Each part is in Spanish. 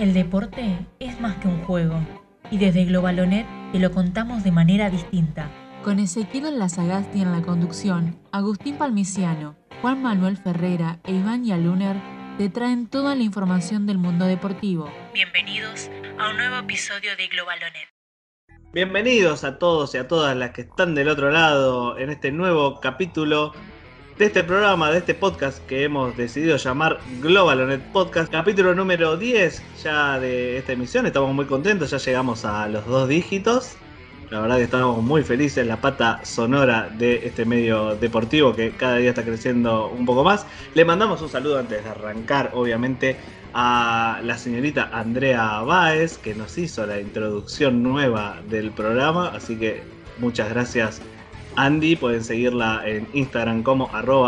El deporte es más que un juego, y desde Globalonet te lo contamos de manera distinta. Con Ezequiel Lazagasti en la conducción, Agustín Palmiciano, Juan Manuel Ferrera e Iván Yaluner te traen toda la información del mundo deportivo. Bienvenidos a un nuevo episodio de Globalonet. Bienvenidos a todos y a todas las que están del otro lado en este nuevo capítulo de este programa, de este podcast que hemos decidido llamar Globalonet Podcast, capítulo número 10 ya de esta emisión. Estamos muy contentos, ya llegamos a los 2 dígitos. La verdad que estamos muy felices, la pata sonora de este medio deportivo que cada día está creciendo un poco más. Le mandamos un saludo antes de arrancar, obviamente, a la señorita Andrea Báez, que nos hizo la introducción nueva del programa, así que muchas gracias, Andy. Pueden seguirla en Instagram como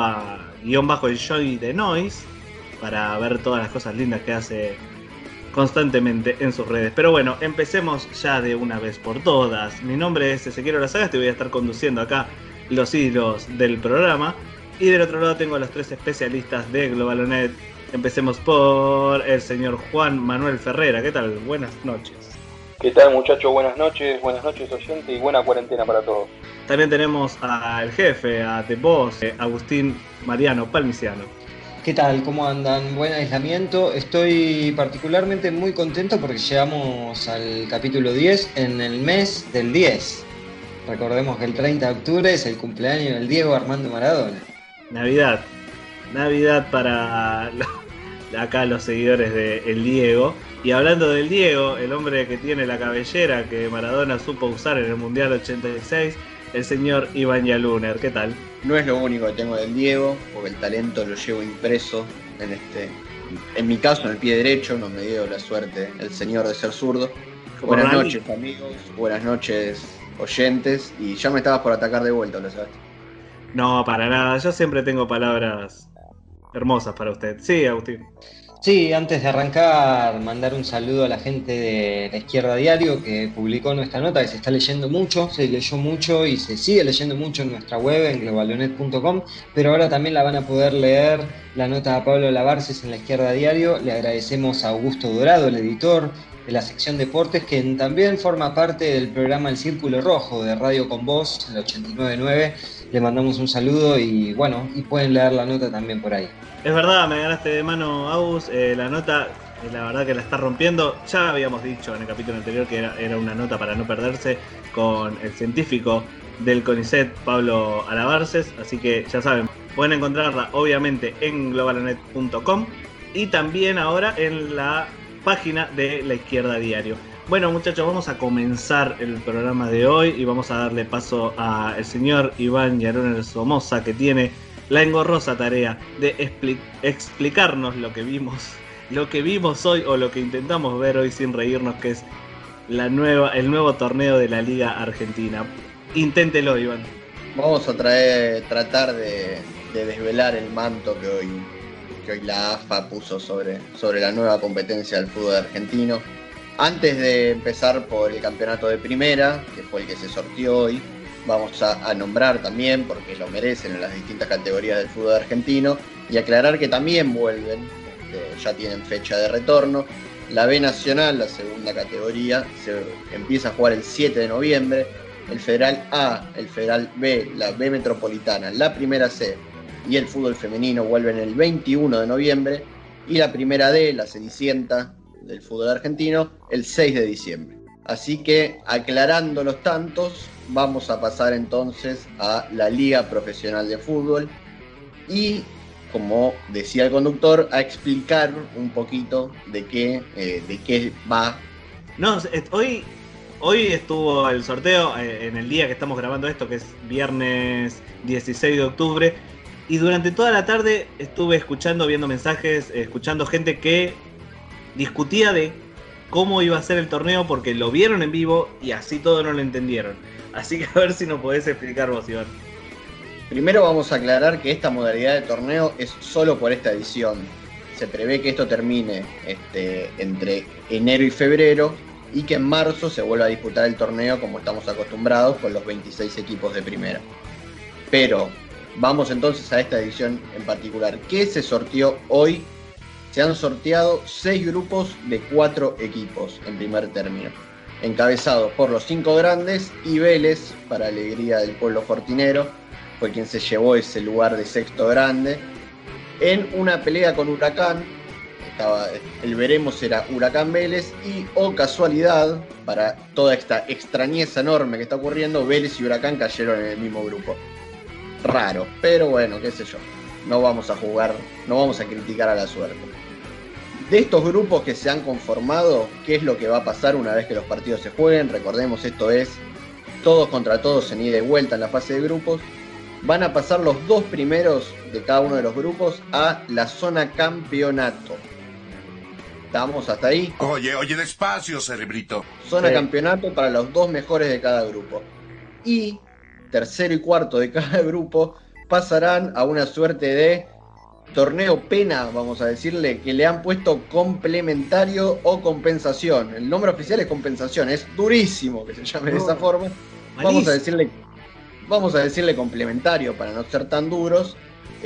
@_el de Noise para ver todas las cosas lindas que hace constantemente en sus redes. Pero bueno, empecemos ya de una vez por todas. Mi nombre es Ezequiel Lazagasti, voy a estar conduciendo acá los hilos del programa. Y del otro lado tengo a los 3 especialistas de Globalonet. Empecemos por el señor Juan Manuel Ferrera. ¿Qué tal? Buenas noches. ¿Qué tal, muchachos? Buenas noches oyentes, y buena cuarentena para todos. También tenemos al jefe, a The Boss, Agustín Mariano Palmiciano. ¿Qué tal? ¿Cómo andan? Buen aislamiento. Estoy particularmente muy contento porque llegamos al capítulo 10 en el mes del 10. Recordemos que el 30 de octubre es el cumpleaños del Diego Armando Maradona. Navidad para acá los seguidores de El Diego. Y hablando del Diego, el hombre que tiene la cabellera que Maradona supo usar en el Mundial 86, el señor Iván Yaluner. ¿Qué tal? No es lo único que tengo del Diego, porque el talento lo llevo impreso en mi caso, en el pie derecho. No me dio la suerte el señor de ser zurdo. Buenas noches, amigos, buenas noches, oyentes. Y ya me estabas por atacar de vuelta, ¿lo sabes? No, para nada, yo siempre tengo palabras hermosas para usted. Sí, Agustín. Sí, antes de arrancar, mandar un saludo a la gente de La Izquierda Diario que publicó nuestra nota, que se está leyendo mucho, se leyó mucho y se sigue leyendo mucho en nuestra web, en globalonet.com, pero ahora también la van a poder leer la nota de Pablo Labarces en La Izquierda Diario. Le agradecemos a Augusto Dorado, el editor de la sección Deportes, que también forma parte del programa El Círculo Rojo de Radio Con Voz, el 89.9. Le mandamos un saludo y pueden leer la nota también por ahí. Es verdad, me ganaste de mano, Agus. La nota, la verdad que la está rompiendo. Ya habíamos dicho en el capítulo anterior que era una nota para no perderse con el científico del CONICET, Pablo Alabarces. Así que ya saben, pueden encontrarla obviamente en globalonet.com y también ahora en la página de La Izquierda Diario. Bueno, muchachos, vamos a comenzar el programa de hoy y vamos a darle paso al señor Iván Yaluner Somoza, que tiene la engorrosa tarea de explicarnos lo que vimos hoy, o lo que intentamos ver hoy sin reírnos, que es el nuevo torneo de la Liga Argentina. Inténtelo, Iván. Vamos a tratar de desvelar el manto que hoy la AFA puso sobre la nueva competencia del fútbol argentino. Antes de empezar por el campeonato de primera, que fue el que se sortió hoy, vamos a nombrar también, porque lo merecen en las distintas categorías del fútbol argentino, y aclarar que también vuelven, ya tienen fecha de retorno. La B Nacional, la segunda categoría, se empieza a jugar el 7 de noviembre, el Federal A, el Federal B, la B Metropolitana, la Primera C y el fútbol femenino vuelven el 21 de noviembre, y la Primera D, la Cenicienta del fútbol argentino, el 6 de diciembre. Así que, aclarando los tantos, vamos a pasar entonces a la Liga Profesional de Fútbol y, como decía el conductor, a explicar un poquito de qué va. No, hoy estuvo el sorteo en el día que estamos grabando esto, que es viernes 16 de octubre, y durante toda la tarde estuve viendo mensajes, escuchando gente que discutía de cómo iba a ser el torneo porque lo vieron en vivo y así todo no lo entendieron. Así que a ver si nos podés explicar vos, Iván. Primero vamos a aclarar que esta modalidad de torneo es solo por esta edición. Se prevé que esto termine entre enero y febrero y que en marzo se vuelva a disputar el torneo como estamos acostumbrados con los 26 equipos de primera. Pero vamos entonces a esta edición en particular. ¿Qué se sortió hoy se han sorteado 6 grupos de 4 equipos en primer término, encabezados por los 5 grandes, y Vélez, para alegría del pueblo fortinero, fue quien se llevó ese lugar de sexto grande, en una pelea con Huracán. El veremos era Huracán Vélez, y casualidad, para toda esta extrañeza enorme que está ocurriendo, Vélez y Huracán cayeron en el mismo grupo. Raro, pero bueno, qué sé yo. No vamos a jugar, no vamos a criticar a la suerte. De estos grupos que se han conformado, ¿qué es lo que va a pasar una vez que los partidos se jueguen? Recordemos, esto es todos contra todos en ida y vuelta en la fase de grupos. Van a pasar los 2 primeros de cada uno de los grupos a la zona campeonato. ¿Estamos hasta ahí? Oye, despacio, cerebrito. Zona Sí. campeonato para los 2 mejores de cada grupo. Y tercero y cuarto de cada grupo pasarán a una suerte de torneo pena, vamos a decirle, que le han puesto complementario o compensación. El nombre oficial es compensación, es durísimo que se llame de esa forma. Vamos a decirle complementario para no ser tan duros.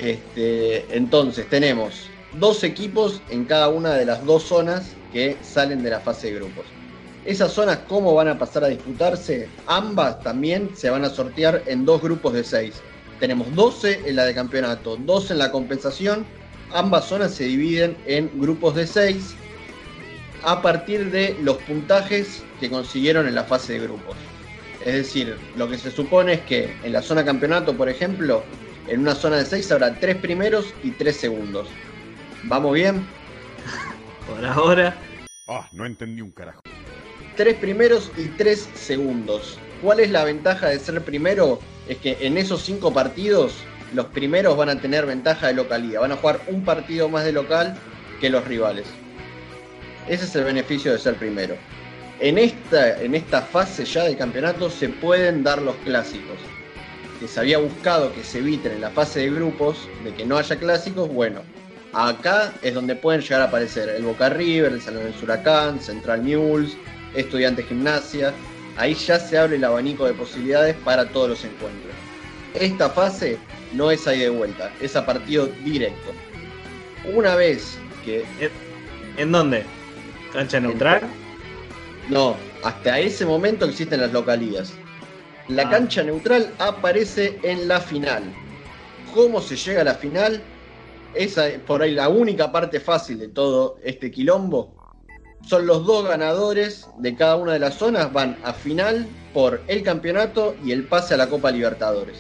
Entonces tenemos 2 equipos en cada una de las 2 zonas que salen de la fase de grupos. Esas zonas, ¿cómo van a pasar a disputarse? Ambas también se van a sortear en 2 grupos de 6. Tenemos 12 en la de campeonato, 12 en la compensación. Ambas zonas se dividen en grupos de 6 a partir de los puntajes que consiguieron en la fase de grupos. Es decir, lo que se supone es que en la zona campeonato, por ejemplo, en una zona de 6 habrá 3 primeros y 3 segundos. ¿Vamos bien? Por ahora. No entendí un carajo. 3 primeros y 3 segundos. ¿Cuál es la ventaja de ser primero? Es que en esos 5 partidos, los primeros van a tener ventaja de localía. Van a jugar un partido más de local que los rivales. Ese es el beneficio de ser primero. En esta fase ya del campeonato se pueden dar los clásicos. Que se había buscado que se eviten en la fase de grupos, de que no haya clásicos. Bueno, acá es donde pueden llegar a aparecer el Boca River, el San Lorenzo Huracán, Central Mules, Estudiantes Gimnasia. Ahí ya se abre el abanico de posibilidades para todos los encuentros. Esta fase no es ahí de vuelta, es a partido directo. Una vez que... ¿En dónde? ¿Cancha neutral? No, hasta ese momento existen las localías. La cancha neutral aparece en la final. ¿Cómo se llega a la final? Esa es por ahí la única parte fácil de todo este quilombo. Son los 2 ganadores de cada una de las zonas, van a final por el campeonato y el pase a la Copa Libertadores.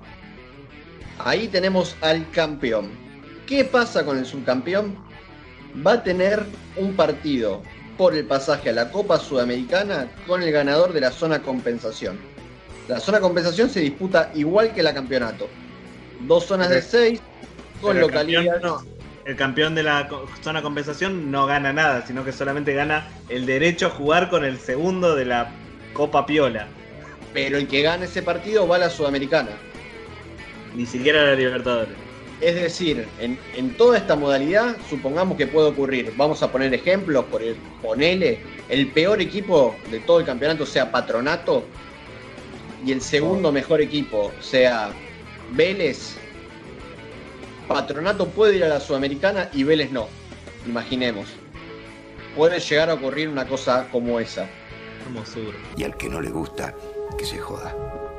Ahí tenemos al campeón. ¿Qué pasa con el subcampeón? Va a tener un partido por el pasaje a la Copa Sudamericana con el ganador de la zona compensación. La zona compensación se disputa igual que la campeonato. 2 zonas de 6 con Pero localidades. el campeón de la zona compensación no gana nada, sino que solamente gana el derecho a jugar con el segundo de la Copa Piola. Pero el que gane ese partido va a la Sudamericana. Ni siquiera a la Libertadores. Es decir, en toda esta modalidad, supongamos que puede ocurrir, vamos a poner ejemplos, ponele, el peor equipo de todo el campeonato sea Patronato y el segundo mejor equipo sea Vélez. Patronato puede ir a la Sudamericana y Vélez no, imaginemos. Puede llegar a ocurrir una cosa como esa. Hermosura. Y al que no le gusta, que se joda.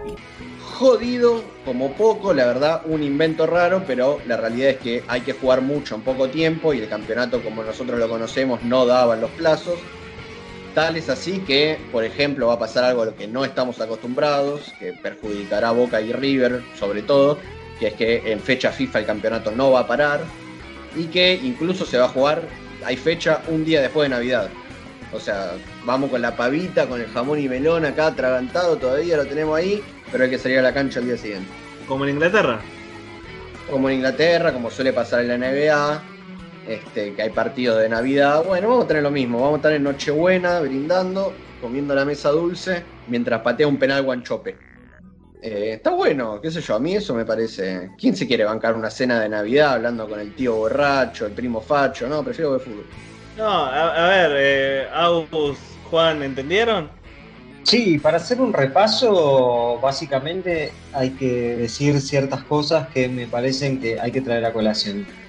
Jodido como poco, la verdad, un invento raro, pero la realidad es que hay que jugar mucho en poco tiempo y el campeonato como nosotros lo conocemos no daba los plazos. Tal es así que, por ejemplo, va a pasar algo a lo que no estamos acostumbrados, que perjudicará a Boca y River sobre todo, que es que en fecha FIFA el campeonato no va a parar y que incluso se va a jugar, hay fecha un día después de Navidad. O sea, vamos con la pavita, con el jamón y melón acá atragantado, todavía lo tenemos ahí, pero hay que salir a la cancha el día siguiente. Como en Inglaterra. Como en Inglaterra, como suele pasar en la NBA, que hay partidos de Navidad. Bueno, vamos a tener lo mismo, vamos a estar en Nochebuena, brindando, comiendo la mesa dulce, mientras patea un penal Guanchope. Está bueno, qué sé yo, a mí eso me parece... ¿Quién se quiere bancar una cena de Navidad hablando con el tío borracho, el primo facho? No, prefiero ver fútbol. No, a ver, Agus, Juan, ¿entendieron? Sí, para hacer un repaso, básicamente hay que decir ciertas cosas que me parecen que hay que traer a colación.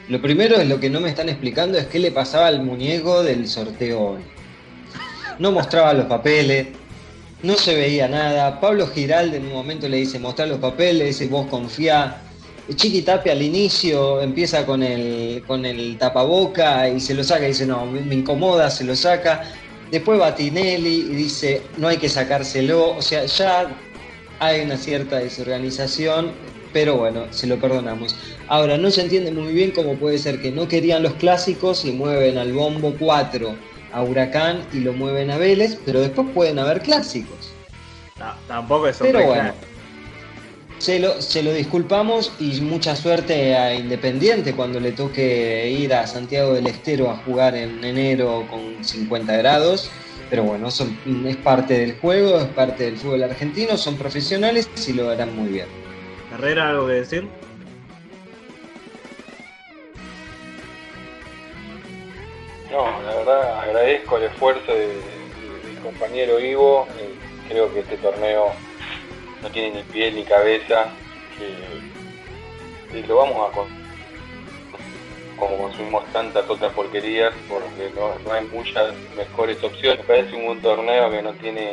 Lo primero es lo que no me están explicando es qué le pasaba al muñeco del sorteo hoy. No mostraba los papeles, no se veía nada. Pablo Giralde en un momento le dice mostrar los papeles, le dice vos confiá. Chiqui Tapia al inicio empieza con el tapaboca y se lo saca y dice no, me incomoda, se lo saca. Después va Tinelli y dice no hay que sacárselo. O sea, ya hay una cierta desorganización, pero bueno, se lo perdonamos. Ahora, no se entiende muy bien cómo puede ser que no querían los clásicos y mueven al Bombo 4 a Huracán y lo mueven a Vélez, pero después pueden haber clásicos. No, tampoco es un Pero reclamo. bueno, se lo disculpamos y mucha suerte a Independiente cuando le toque ir a Santiago del Estero a jugar en enero con 50 grados. Pero bueno, eso es parte del juego, es parte del fútbol argentino, son profesionales y lo harán muy bien. Herrera, ¿algo que decir? No, la verdad agradezco el esfuerzo del compañero Ivo. Creo que este torneo no tiene ni pie ni cabeza, que lo vamos a como consumimos tantas otras porquerías, porque no hay muchas mejores opciones. Parece un torneo que no tiene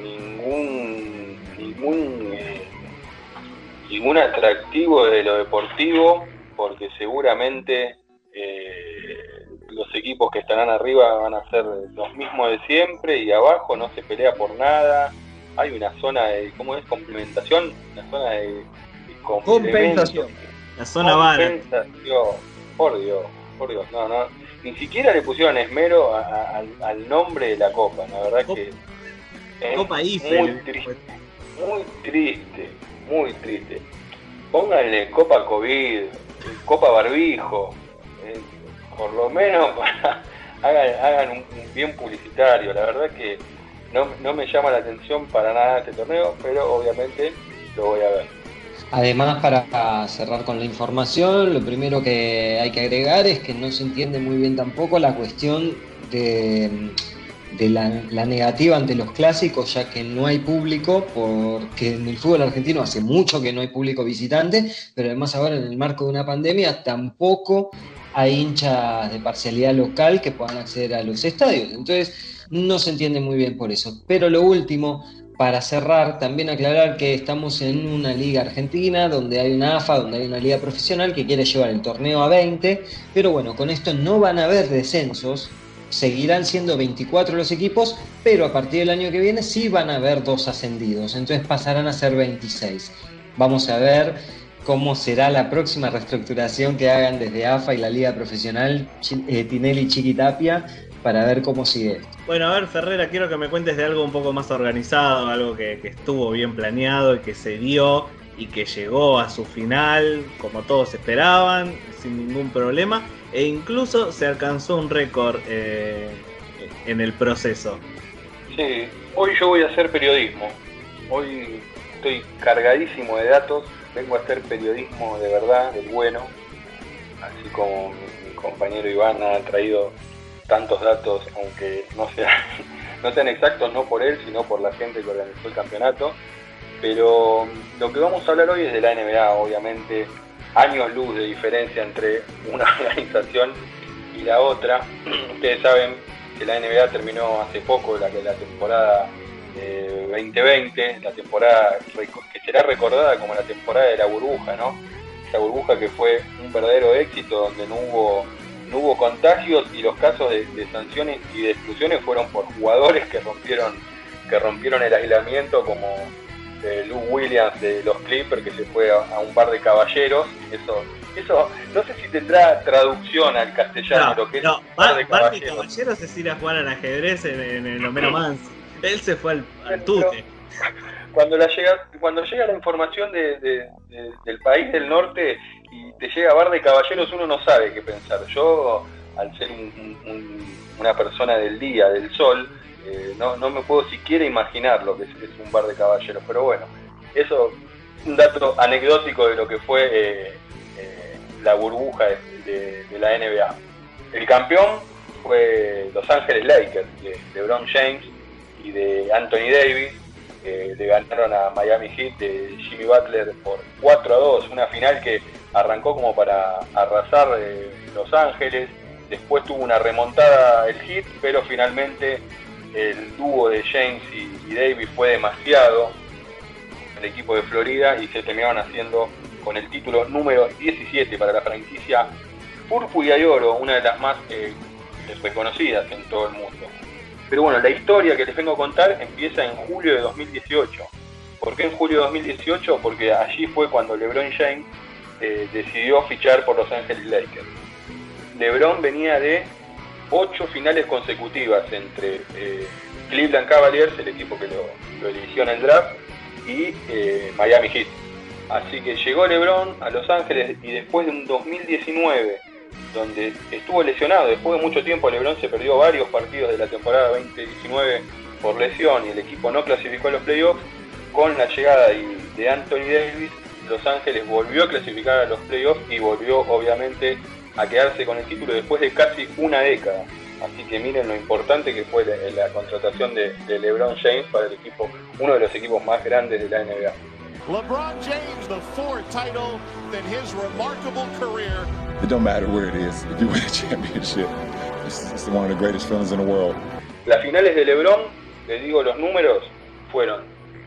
ningún atractivo de lo deportivo, porque seguramente los equipos que estarán arriba van a ser los mismos de siempre y abajo no se pelea por nada. Hay una zona de, ¿cómo es? Complementación, una zona de Compensación. La zona vara. Compensación. Por Dios, no, ni siquiera le pusieron esmero al nombre de la copa, la verdad que es Copa Eiffel. Muy triste. Pónganle Copa COVID, Copa Barbijo, por lo menos hagan un bien publicitario. La verdad que no me llama la atención para nada este torneo, pero obviamente lo voy a ver. Además, para cerrar con la información, lo primero que hay que agregar es que no se entiende muy bien tampoco la cuestión de la negativa ante los clásicos, ya que no hay público, porque en el fútbol argentino hace mucho que no hay público visitante, pero además ahora en el marco de una pandemia tampoco hay hinchas de parcialidad local que puedan acceder a los estadios. Entonces no se entiende muy bien por eso. Pero lo último, para cerrar, también aclarar que estamos en una liga argentina donde hay una AFA, donde hay una liga profesional que quiere llevar el torneo a 20, pero bueno, con esto no van a haber descensos, seguirán siendo 24 los equipos, pero a partir del año que viene sí van a haber 2 ascendidos, entonces pasarán a ser 26. Vamos a ver cómo será la próxima reestructuración que hagan desde AFA y la liga profesional, Tinelli y Chiqui Tapia, para ver cómo sigue esto. Bueno, a ver, Ferrera, quiero que me cuentes de algo un poco más organizado, algo que estuvo bien planeado y que se dio y que llegó a su final como todos esperaban, sin ningún problema, e incluso se alcanzó un récord en el proceso. Sí, hoy yo voy a hacer periodismo. Hoy estoy cargadísimo de datos, vengo a hacer periodismo de verdad, del bueno, así como mi compañero Iván ha traído tantos datos, aunque no sean exactos, no por él, sino por la gente que organizó el campeonato. Pero lo que vamos a hablar hoy es de la NBA, obviamente, años luz de diferencia entre una organización y la otra. Ustedes saben que la NBA terminó hace poco la temporada 2020, la temporada que será recordada como la temporada de la burbuja, ¿no? Esa burbuja que fue un verdadero éxito, donde no hubo contagios y los casos de sanciones y de exclusiones fueron por jugadores que rompieron el aislamiento, como Lou Williams de los Clippers, que se fue a un bar de caballeros. Eso no sé si tendrá traducción al castellano, lo que es bar de caballeros es ir a jugar al ajedrez en el Homero Mansi. Él se fue al tute. Cuando llega la información del país del norte y te llega bar de caballeros, uno no sabe qué pensar. Yo, al ser una persona del día, del sol, no me puedo siquiera imaginar lo que es un bar de caballeros. Pero bueno, eso es un dato anecdótico de lo que fue la burbuja de la NBA. El campeón fue Los Ángeles Lakers, de LeBron James y de Anthony Davis. Le ganaron a Miami Heat de Jimmy Butler por 4-2, una final que arrancó como para arrasar Los Ángeles, después tuvo una remontada el Heat, pero finalmente el dúo de James y Davis fue demasiado, el equipo de Florida, y se terminaron haciendo con el título número 17 para la franquicia púrpura y oro, una de las más reconocidas en todo el mundo. Pero bueno, la historia que les vengo a contar empieza en julio de 2018. ¿Por qué en julio de 2018? Porque allí fue cuando LeBron James decidió fichar por Los Angeles Lakers. LeBron venía de 8 finales consecutivas entre Cleveland Cavaliers, el equipo que lo eligió en el draft, y Miami Heat. Así que llegó LeBron a Los Ángeles y después de un 2019 donde estuvo lesionado, después de mucho tiempo LeBron se perdió varios partidos de la temporada 2019 por lesión y el equipo no clasificó a los playoffs. Con la llegada de Anthony Davis, Los Ángeles volvió a clasificar a los playoffs y volvió obviamente a quedarse con el título después de casi una década. Así que miren lo importante que fue la contratación de LeBron James para el equipo, uno de los equipos más grandes de la NBA. LeBron James, the fourth title in his remarkable career. It don't matter where it is. If you win a championship, it's one of the greatest feelings in the world. Las finales de LeBron, les digo los números, fueron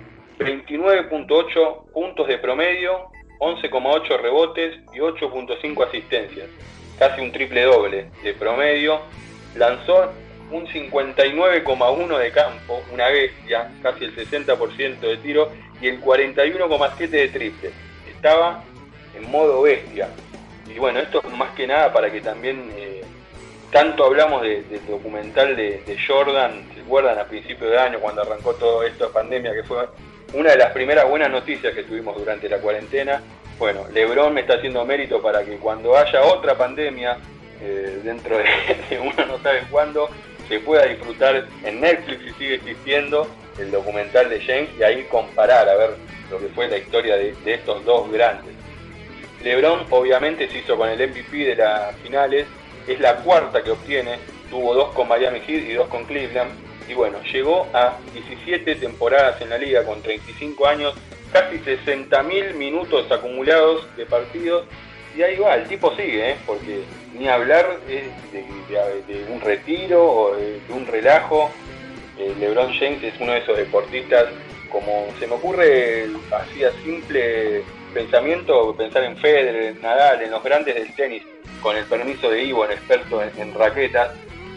29.8 puntos de promedio, 11.8 rebotes y 8.5 asistencias. Casi un triple doble de promedio. Lanzó un 59,1 de campo, una bestia, casi el 60% de tiro y el 41,7 de triple. Estaba en modo bestia. Y bueno, esto más que nada para que también, tanto hablamos del documental de Jordan, ¿se acuerdan? A principios de año cuando arrancó todo esto de pandemia, que fue una de las primeras buenas noticias que tuvimos durante la cuarentena. Bueno, LeBron me está haciendo mérito para que cuando haya otra pandemia, dentro de uno no sabe cuándo, se pueda disfrutar en Netflix, si sigue existiendo, el documental de James y ahí comparar a ver lo que fue la historia de estos dos grandes. LeBron obviamente se hizo con el MVP de las finales, es la cuarta que obtiene, tuvo 2 con Miami Heat y 2 con Cleveland, y bueno, llegó a 17 temporadas en la liga con 35 años, casi 60.000 minutos acumulados de partidos, y ahí va, el tipo sigue, porque ni hablar de un retiro o de un relajo. LeBron James es uno de esos deportistas, como se me ocurre así a simple pensamiento, pensar en Federer, en Nadal, en los grandes del tenis, con el permiso de Ivo, el experto en raquetas,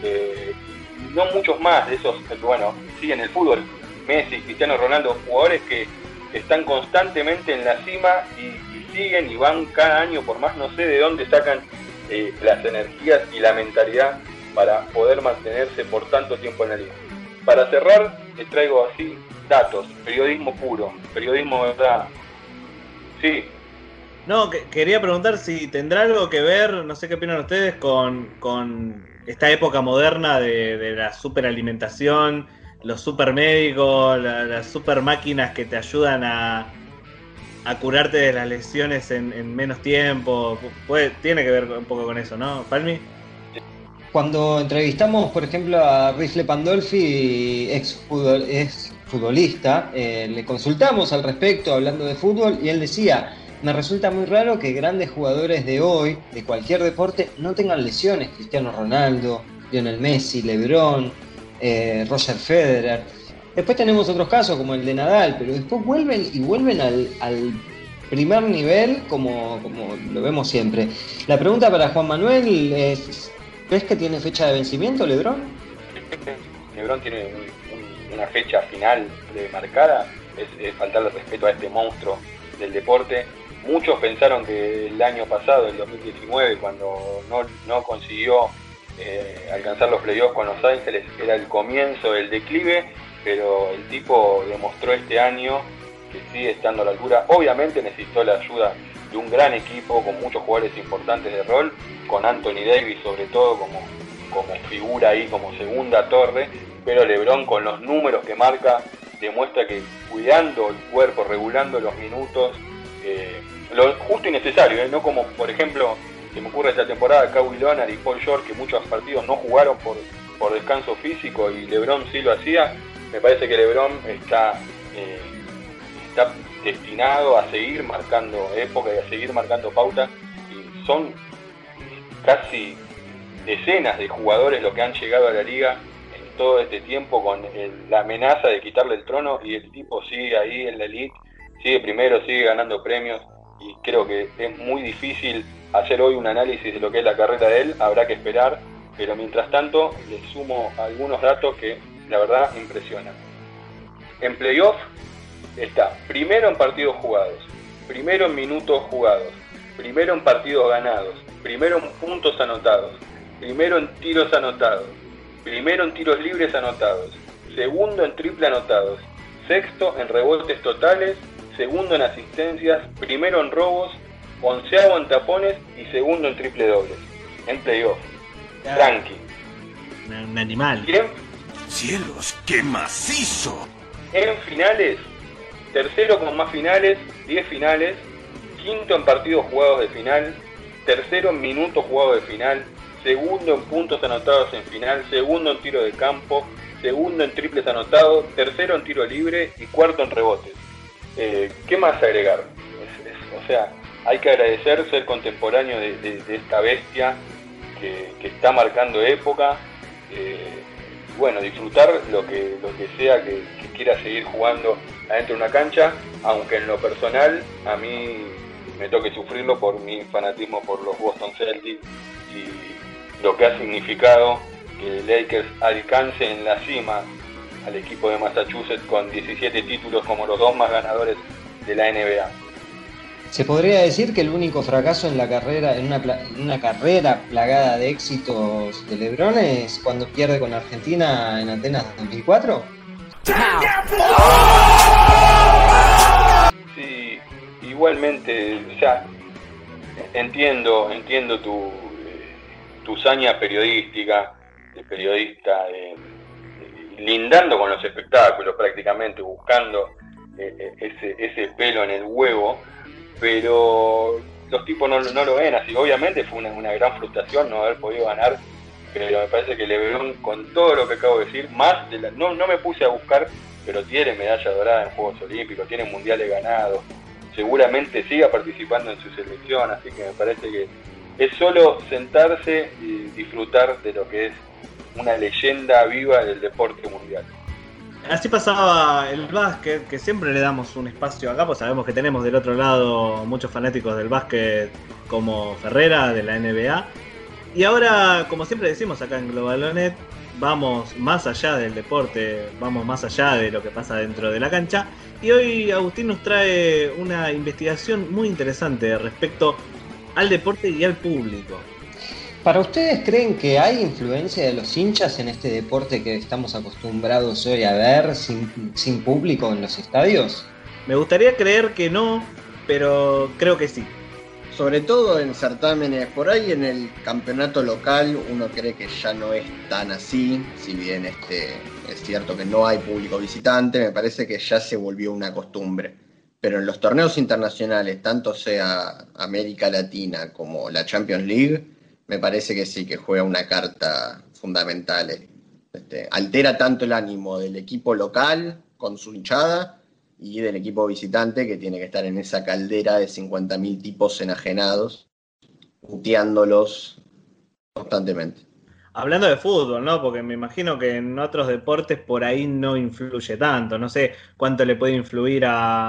no muchos más de esos, bueno, sí en el fútbol, Messi, Cristiano Ronaldo, jugadores que están constantemente en la cima y siguen y van cada año, por más no sé de dónde sacan las energías y la mentalidad para poder mantenerse por tanto tiempo en la liga. Para cerrar, les traigo así datos, periodismo puro, periodismo de verdad. Sí. No, quería preguntar si tendrá algo que ver, no sé qué opinan ustedes, con esta época moderna de la superalimentación, los supermédicos, las super máquinas que te ayudan a curarte de las lesiones en menos tiempo. Tiene que ver un poco con eso, ¿no, Palmi? Cuando entrevistamos, por ejemplo, a Rifle Pandolfi, ex futbolista, le consultamos al respecto, hablando de fútbol, y él decía: me resulta muy raro que grandes jugadores de hoy, de cualquier deporte, no tengan lesiones. Cristiano Ronaldo, Lionel Messi, LeBron, Roger Federer. Después tenemos otros casos como el de Nadal, pero después vuelven al primer nivel como lo vemos siempre. La pregunta para Juan Manuel es: ¿crees que tiene fecha de vencimiento LeBron? LeBron tiene una fecha final marcada, es faltarle respeto a este monstruo del deporte. Muchos pensaron que el año pasado, el 2019, cuando no consiguió alcanzar los playoffs con Los Ángeles, era el comienzo del declive, pero el tipo demostró este año que sigue estando a la altura. Obviamente necesitó la ayuda de un gran equipo con muchos jugadores importantes de rol, con Anthony Davis sobre todo como figura ahí, como segunda torre, pero LeBron con los números que marca demuestra que cuidando el cuerpo, regulando los minutos, lo justo y necesario, no como por ejemplo se me ocurre esta temporada Kawhi Leonard y Paul George, que muchos partidos no jugaron por descanso físico y LeBron sí lo hacía. Me parece que LeBron está destinado a seguir marcando época y a seguir marcando pauta, y son casi decenas de jugadores los que han llegado a la liga en todo este tiempo con la amenaza de quitarle el trono, y el tipo sigue ahí en la elite, sigue primero, sigue ganando premios, y creo que es muy difícil hacer hoy un análisis de lo que es la carrera de él, habrá que esperar, pero mientras tanto le sumo algunos datos que la verdad impresionan. En playoff está primero en partidos jugados, primero en minutos jugados, primero en partidos ganados, primero en puntos anotados, primero en tiros anotados, primero en tiros libres anotados, segundo en triple anotados, sexto en rebotes totales, segundo en asistencias, primero en robos, 11º en tapones y segundo en triple dobles. En playoff. Tranqui. Un animal. Y ¡Cielos, qué macizo! en finales, tercero con más finales, 10 finales, quinto en partidos jugados de final, tercero en minutos jugados de final, segundo en puntos anotados en final, segundo en tiro de campo, segundo en triples anotados, tercero en tiro libre y cuarto en rebotes. ¿Qué más agregar? O sea, hay que agradecer ser contemporáneo de esta bestia que está marcando época. Bueno, disfrutar lo que sea que quiera seguir jugando adentro de una cancha, aunque en lo personal a mí me toque sufrirlo por mi fanatismo por los Boston Celtics y lo que ha significado que Lakers alcance en la cima al equipo de Massachusetts con 17 títulos como los dos más ganadores de la NBA. Se podría decir que el único fracaso en la carrera, en una carrera plagada de éxitos de LeBron, es cuando pierde con Argentina en Atenas 2004. Sí, igualmente, o sea, entiendo tu saña periodística, de periodista, lindando con los espectáculos prácticamente, buscando ese pelo en el huevo. Pero los tipos no lo ven así. Obviamente fue una gran frustración no haber podido ganar, pero me parece que LeBron, con todo lo que acabo de decir, más de no me puse a buscar, pero tiene medalla dorada en Juegos Olímpicos, tiene mundiales ganados, seguramente siga participando en su selección, así que me parece que es solo sentarse y disfrutar de lo que es una leyenda viva del deporte mundial. Así pasaba el básquet, que siempre le damos un espacio acá, pues sabemos que tenemos del otro lado muchos fanáticos del básquet como Ferrera, de la NBA. Y ahora, como siempre decimos acá en Globalonet, vamos más allá del deporte, vamos más allá de lo que pasa dentro de la cancha. Y hoy Agustín nos trae una investigación muy interesante respecto al deporte y al público. ¿Para ustedes creen que hay influencia de los hinchas en este deporte que estamos acostumbrados hoy a ver sin público en los estadios? Me gustaría creer que no, pero creo que sí. Sobre todo en certámenes, por ahí en el campeonato local uno cree que ya no es tan así, si bien es cierto que no hay público visitante, me parece que ya se volvió una costumbre. Pero en los torneos internacionales, tanto sea América Latina como la Champions League, me parece que sí, que juega una carta fundamental. Altera tanto el ánimo del equipo local con su hinchada y del equipo visitante, que tiene que estar en esa caldera de 50.000 tipos enajenados, puteándolos constantemente. Hablando de fútbol, ¿no? Porque me imagino que en otros deportes por ahí no influye tanto. No sé cuánto le puede influir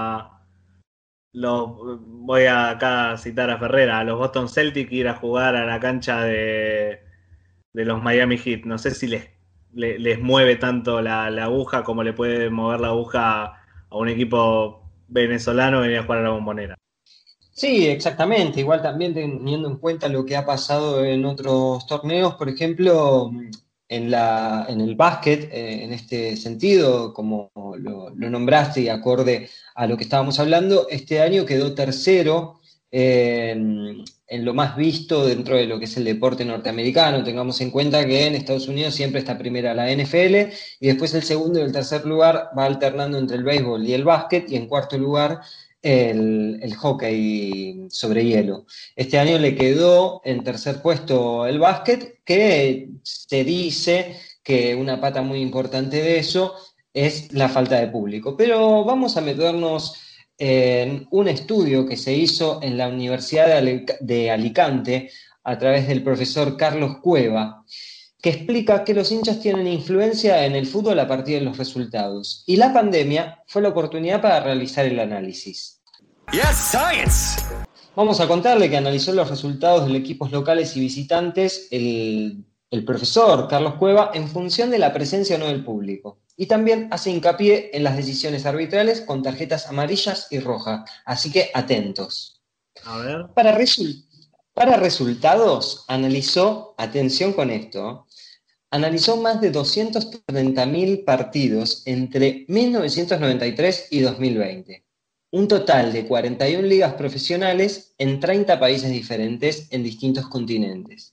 voy a acá citar a Ferrera, a los Boston Celtics ir a jugar a la cancha de los Miami Heat. No sé si les mueve tanto la aguja como le puede mover la aguja a un equipo venezolano venir a jugar a la Bombonera. Sí, exactamente. Igual también teniendo en cuenta lo que ha pasado en otros torneos, por ejemplo, en el básquet, en este sentido, como lo nombraste y acorde a lo que estábamos hablando, este año quedó tercero en lo más visto dentro de lo que es el deporte norteamericano. Tengamos en cuenta que en Estados Unidos siempre está primera la NFL y después el segundo y el tercer lugar va alternando entre el béisbol y el básquet, y en cuarto lugar el hockey sobre hielo. Este año le quedó en tercer puesto el básquet, que se dice que una pata muy importante de eso es la falta de público. Pero vamos a meternos en un estudio que se hizo en la Universidad de Alicante a través del profesor Carlos Cueva, que explica que los hinchas tienen influencia en el fútbol a partir de los resultados. Y la pandemia fue la oportunidad para realizar el análisis. Yes, science. Vamos a contarle que analizó los resultados de los equipos locales y visitantes el profesor Carlos Cueva en función de la presencia o no del público. Y también hace hincapié en las decisiones arbitrales con tarjetas amarillas y rojas. Así que atentos. A ver. Para resultados, analizó, atención con esto, analizó más de 230.000 partidos entre 1993 y 2020. Un total de 41 ligas profesionales en 30 países diferentes en distintos continentes.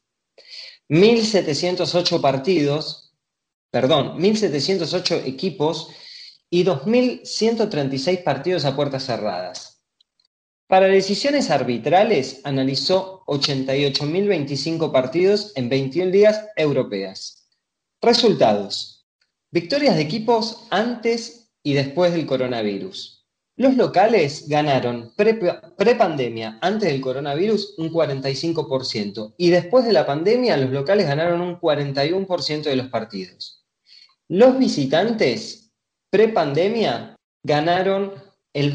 1.708 equipos y 2.136 partidos a puertas cerradas. Para decisiones arbitrales, analizó 88.025 partidos en 21 ligas europeas. Resultados. Victorias de equipos antes y después del coronavirus. Los locales ganaron pre-pandemia, antes del coronavirus, un 45%. Y después de la pandemia, los locales ganaron un 41% de los partidos. Los visitantes, pre-pandemia, ganaron el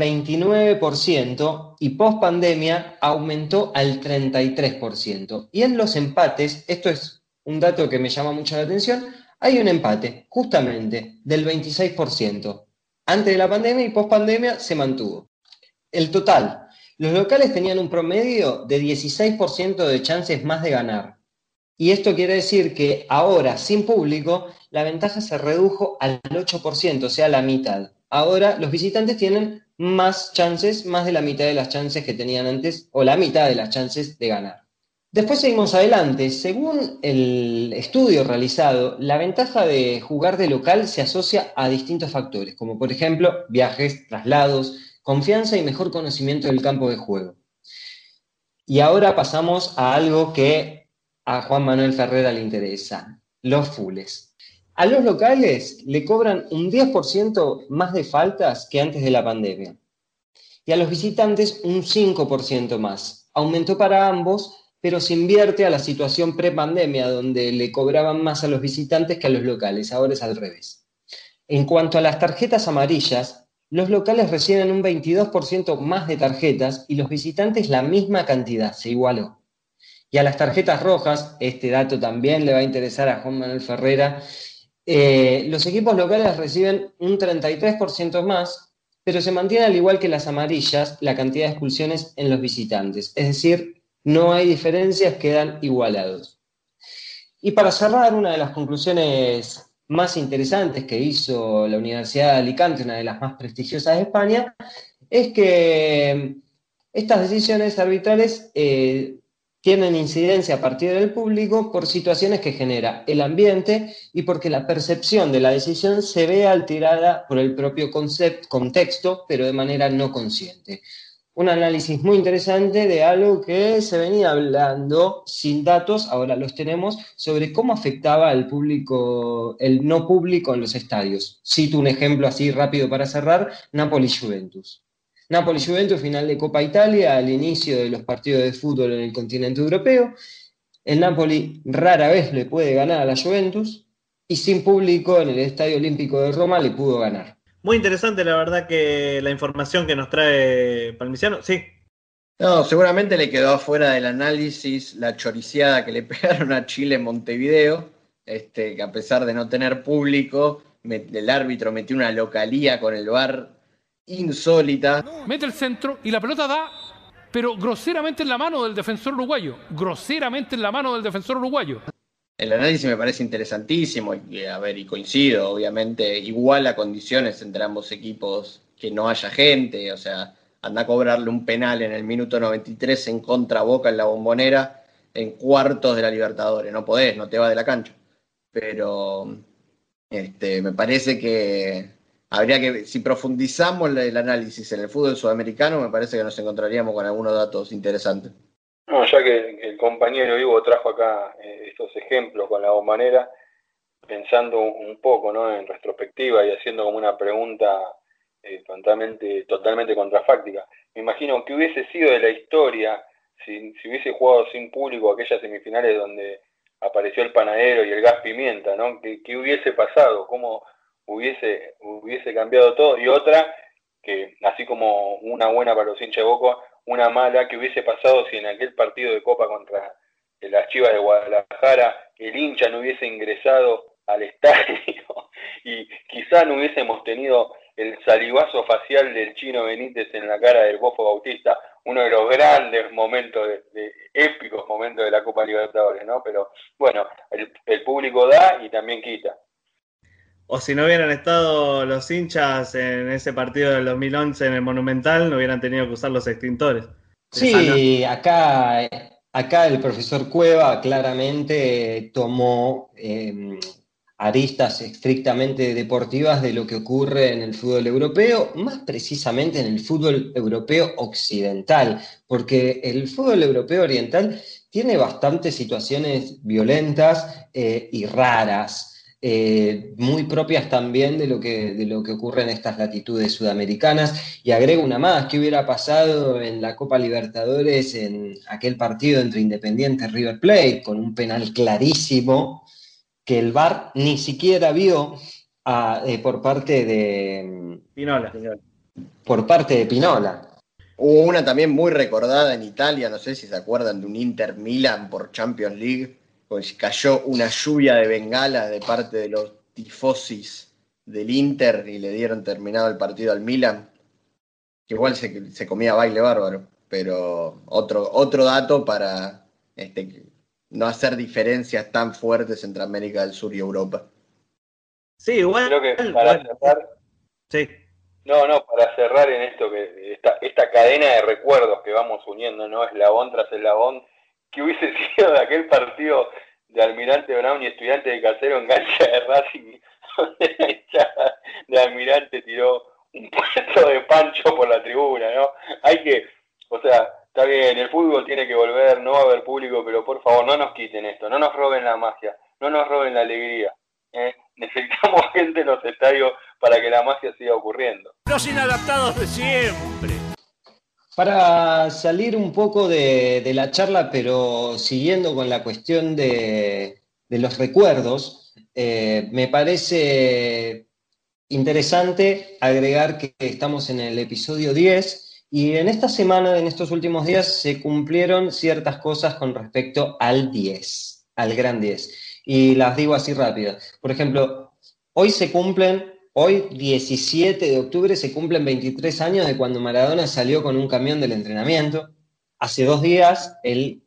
29% y post-pandemia aumentó al 33%. Y en los empates, esto es un dato que me llama mucho la atención, hay un empate, justamente, del 26%. Antes de la pandemia y post-pandemia se mantuvo. El total, los locales tenían un promedio de 16% de chances más de ganar. Y esto quiere decir que ahora, sin público, la ventaja se redujo al 8%, o sea, la mitad. Ahora los visitantes tienen más chances, más de la mitad de las chances que tenían antes, o la mitad de las chances de ganar. Después seguimos adelante. Según el estudio realizado, la ventaja de jugar de local se asocia a distintos factores, como por ejemplo viajes, traslados, confianza y mejor conocimiento del campo de juego. Y ahora pasamos a algo que a Juan Manuel Ferrera le interesa, los fulls. A los locales le cobran un 10% más de faltas que antes de la pandemia. Y a los visitantes un 5% más. Aumentó para ambos, pero se invierte a la situación pre-pandemia, donde le cobraban más a los visitantes que a los locales. Ahora es al revés. En cuanto a las tarjetas amarillas, los locales reciben un 22% más de tarjetas y los visitantes la misma cantidad, se igualó. Y a las tarjetas rojas, este dato también le va a interesar a Juan Manuel Ferrera, los equipos locales reciben un 33% más, pero se mantiene al igual que las amarillas la cantidad de expulsiones en los visitantes. Es decir, no hay diferencias, quedan igualados. Y para cerrar, una de las conclusiones más interesantes que hizo la Universidad de Alicante, una de las más prestigiosas de España, es que estas decisiones arbitrales tienen incidencia a partir del público por situaciones que genera el ambiente y porque la percepción de la decisión se ve alterada por el propio contexto, pero de manera no consciente. Un análisis muy interesante de algo que se venía hablando sin datos, ahora los tenemos, sobre cómo afectaba al público, el no público en los estadios. Cito un ejemplo así rápido para cerrar, Napoli-Juventus. Napoli-Juventus, final de Copa Italia, al inicio de los partidos de fútbol en el continente europeo. El Napoli rara vez le puede ganar a la Juventus y sin público en el Estadio Olímpico de Roma le pudo ganar. Muy interesante, la verdad, que la información que nos trae Palmiciano. Sí. No, seguramente le quedó afuera del análisis la choriciada que le pegaron a Chile en Montevideo, que a pesar de no tener público, el árbitro metió una localía con el VAR insólita. Mete el centro y la pelota da, pero groseramente en la mano del defensor uruguayo. Groseramente en la mano del defensor uruguayo. El análisis me parece interesantísimo y coincido, obviamente, iguala condiciones entre ambos equipos, que no haya gente, o sea, anda a cobrarle un penal en el minuto 93 en contra Boca en la Bombonera en cuartos de la Libertadores, no podés, no te va de la cancha, pero me parece que habría que, si profundizamos el análisis en el fútbol sudamericano, me parece que nos encontraríamos con algunos datos interesantes. No, ya que el compañero Ivo trajo acá estos ejemplos con la Bombonera, pensando un poco, ¿no?, en retrospectiva y haciendo como una pregunta totalmente contrafáctica. Me imagino que hubiese sido de la historia si hubiese jugado sin público aquellas semifinales donde apareció el panadero y el gas pimienta, ¿no? ¿Qué hubiese pasado? ¿Cómo hubiese cambiado todo? Y otra, que así como una buena para los hinchas de Boca, una mala, que hubiese pasado si en aquel partido de Copa contra las Chivas de Guadalajara el hincha no hubiese ingresado al estadio y quizá no hubiésemos tenido el salivazo facial del Chino Benítez en la cara del Bofo Bautista, uno de los grandes momentos, épicos momentos de la Copa Libertadores, ¿no? Pero bueno, el público da y también quita. O si no hubieran estado los hinchas en ese partido del 2011 en el Monumental, no hubieran tenido que usar los extintores. Sí, acá el profesor Cueva claramente tomó aristas estrictamente deportivas de lo que ocurre en el fútbol europeo, más precisamente en el fútbol europeo occidental, porque el fútbol europeo oriental tiene bastantes situaciones violentas y raras. Muy propias también de lo que ocurre en estas latitudes sudamericanas. Y agrego una más: ¿qué hubiera pasado en la Copa Libertadores en aquel partido entre Independiente y River Plate, con un penal clarísimo que el VAR ni siquiera vio por parte de Pinola? Por parte de Pinola. Hubo una también muy recordada en Italia, no sé si se acuerdan, de un Inter Milan por Champions League, pues cayó una lluvia de bengalas de parte de los tifosis del Inter y le dieron terminado el partido al Milan, que igual se comía baile bárbaro, pero otro dato para no hacer diferencias tan fuertes entre América del Sur y Europa. Sí, igual. Creo que para cerrar... Sí. No, para cerrar en esto, que esta cadena de recuerdos que vamos uniendo, ¿no? Eslabón tras eslabón, que hubiese sido de aquel partido de Almirante Brown y Estudiante de Casero en cancha de Racing, donde la hinchada de Almirante tiró un puesto de pancho por la tribuna, ¿no? Está bien, el fútbol tiene que volver, no va a haber público, pero por favor no nos quiten esto, no nos roben la magia, no nos roben la alegría. Necesitamos gente en los estadios para que la magia siga ocurriendo. Los inadaptados de siempre. Para salir un poco de la charla, pero siguiendo con la cuestión de los recuerdos, me parece interesante agregar que estamos en el episodio 10 y en esta semana, en estos últimos días, se cumplieron ciertas cosas con respecto al 10, al gran 10. Y las digo así rápido. Por ejemplo, hoy, 17 de octubre, se cumplen 23 años de cuando Maradona salió con un camión del entrenamiento. Hace 2 días, el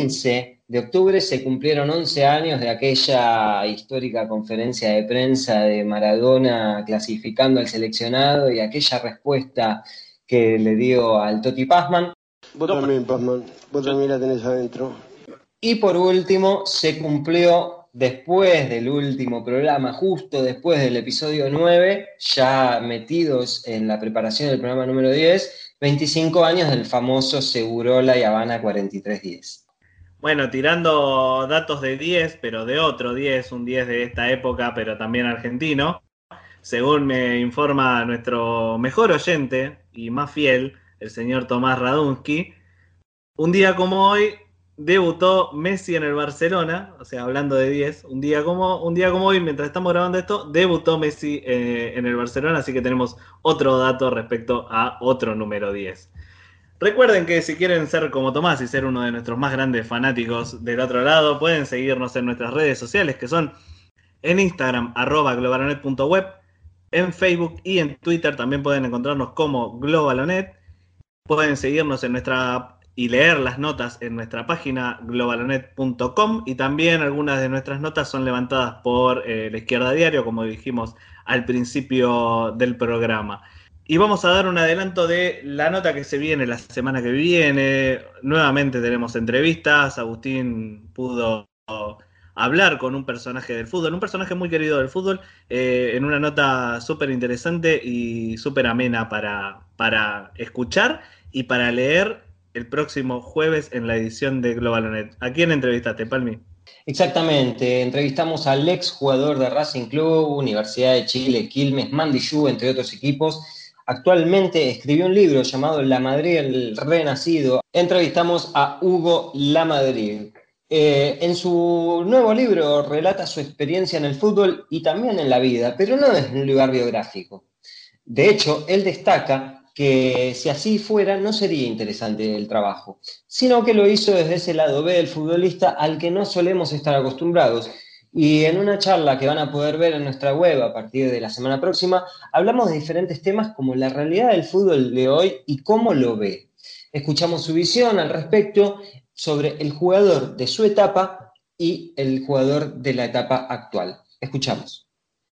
15 de octubre, se cumplieron 11 años de aquella histórica conferencia de prensa de Maradona clasificando al seleccionado y aquella respuesta que le dio al Toti Pazman. Vos también, Pazman. Vos también la tenés adentro. Y por último, se cumplió, después del último programa, justo después del episodio 9, ya metidos en la preparación del programa número 10, 25 años del famoso Segurola y Habana 4310. Bueno, tirando datos de 10, pero de otro 10, un 10 de esta época, pero también argentino, según me informa nuestro mejor oyente y más fiel, el señor Tomás Radunsky, un día como hoy debutó Messi en el Barcelona, o sea, hablando de 10, un día como hoy, mientras estamos grabando esto, debutó Messi en el Barcelona, así que tenemos otro dato respecto a otro número 10. Recuerden que si quieren ser como Tomás y ser uno de nuestros más grandes fanáticos del otro lado, pueden seguirnos en nuestras redes sociales, que son en Instagram, @globalonet.web, en Facebook y en Twitter también pueden encontrarnos como Globalonet. Pueden seguirnos en nuestra y leer las notas en nuestra página globalonet.com, y también algunas de nuestras notas son levantadas por La Izquierda Diario, como dijimos al principio del programa. Y vamos a dar un adelanto de la nota que se viene la semana que viene. Nuevamente tenemos entrevistas. Agustín pudo hablar con un personaje del fútbol, un personaje muy querido del fútbol, en una nota súper interesante y súper amena para escuchar y para leer el próximo jueves en la edición de Globalonet. ¿A quién entrevistaste, Palmi? Exactamente, entrevistamos al ex jugador de Racing Club, Universidad de Chile, Quilmes, Mandiyú, entre otros equipos, Actualmente escribió un libro llamado La Madrid, el Renacido. Entrevistamos a Hugo Lamadrid. En su nuevo libro relata su experiencia en el fútbol y también en la vida, pero no desde un lugar biográfico. De hecho, él destaca que si así fuera no sería interesante el trabajo, sino que lo hizo desde ese lado B del futbolista al que no solemos estar acostumbrados. Y en una charla que van a poder ver en nuestra web a partir de la semana próxima, hablamos de diferentes temas como la realidad del fútbol de hoy y cómo lo ve. Escuchamos su visión al respecto sobre el jugador de su etapa y el jugador de la etapa actual. Escuchamos.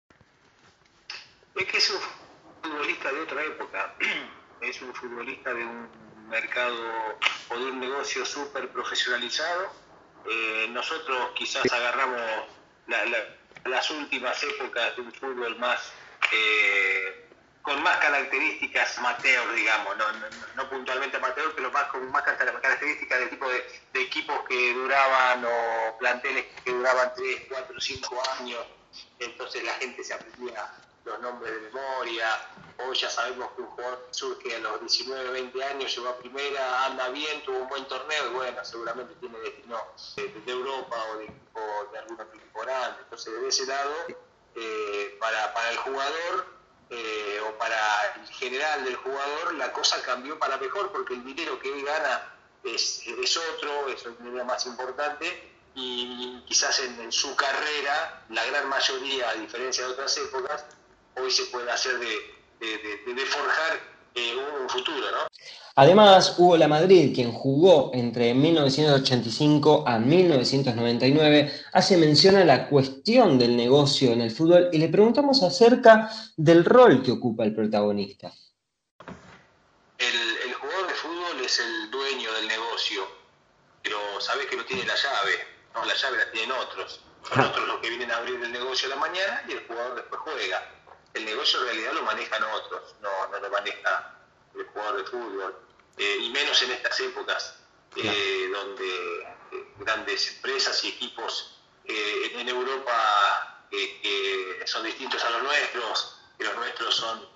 Es que es un futbolista de otra época, es un futbolista de un mercado o de un negocio súper profesionalizado. Nosotros quizás agarramos las últimas épocas de un fútbol más con más características amateur, digamos, no puntualmente amateur, pero con más características de tipo de equipos que duraban o planteles que duraban 3, 4, 5 años, entonces la gente se aprendía los nombres de memoria. Hoy ya sabemos que un jugador surge a los 19, 20 años, llegó a primera, anda bien, tuvo un buen torneo y bueno, seguramente tiene destino de Europa o de algún otro equipo grande. Entonces, de ese lado, para el jugador o para el general del jugador, la cosa cambió para mejor porque el dinero que hoy gana es otro, es un dinero más importante y quizás en su carrera, la gran mayoría, a diferencia de otras épocas, hoy se puede hacer de forjar un futuro, ¿no? Además, Hugo Lamadrid, quien jugó entre 1985 a 1999, hace mención a la cuestión del negocio en el fútbol y le preguntamos acerca del rol que ocupa el protagonista. El jugador de fútbol es el dueño del negocio, pero sabe que no tiene la llave, ¿no? La llave la tienen otros. Son otros los que vienen a abrir el negocio a la mañana y el jugador después juega. El negocio en realidad lo manejan otros, no lo maneja el jugador de fútbol, y menos en estas épocas donde grandes empresas y equipos en Europa que son distintos a los nuestros, que los nuestros son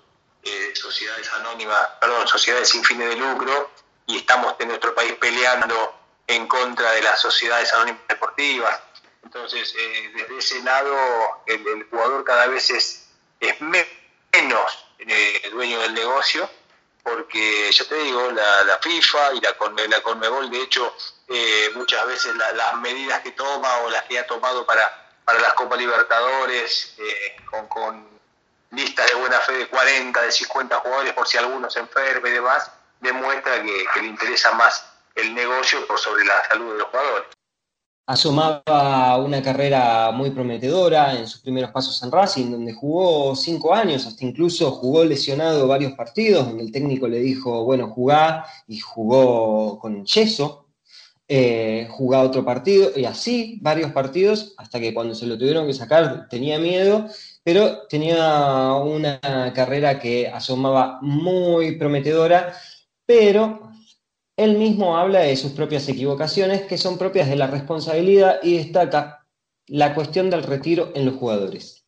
sociedades sin fines de lucro, y estamos en nuestro país peleando en contra de las sociedades anónimas deportivas. Entonces, desde ese lado, el jugador cada vez es menos dueño del negocio, porque yo te digo, la FIFA y la Conmebol, de hecho, muchas veces las medidas que toma o las que ha tomado para las Copas Libertadores, con listas de buena fe de 40, de 50 jugadores por si alguno se enferma y demás, demuestra que le interesa más el negocio por sobre la salud de los jugadores. Asomaba una carrera muy prometedora en sus primeros pasos en Racing, donde jugó 5 años, hasta incluso jugó lesionado varios partidos, donde el técnico le dijo, bueno, jugá, y jugó con yeso, jugá otro partido, y así varios partidos, hasta que cuando se lo tuvieron que sacar tenía miedo, pero tenía una carrera que asomaba muy prometedora, pero él mismo habla de sus propias equivocaciones, que son propias de la responsabilidad, y destaca la cuestión del retiro en los jugadores.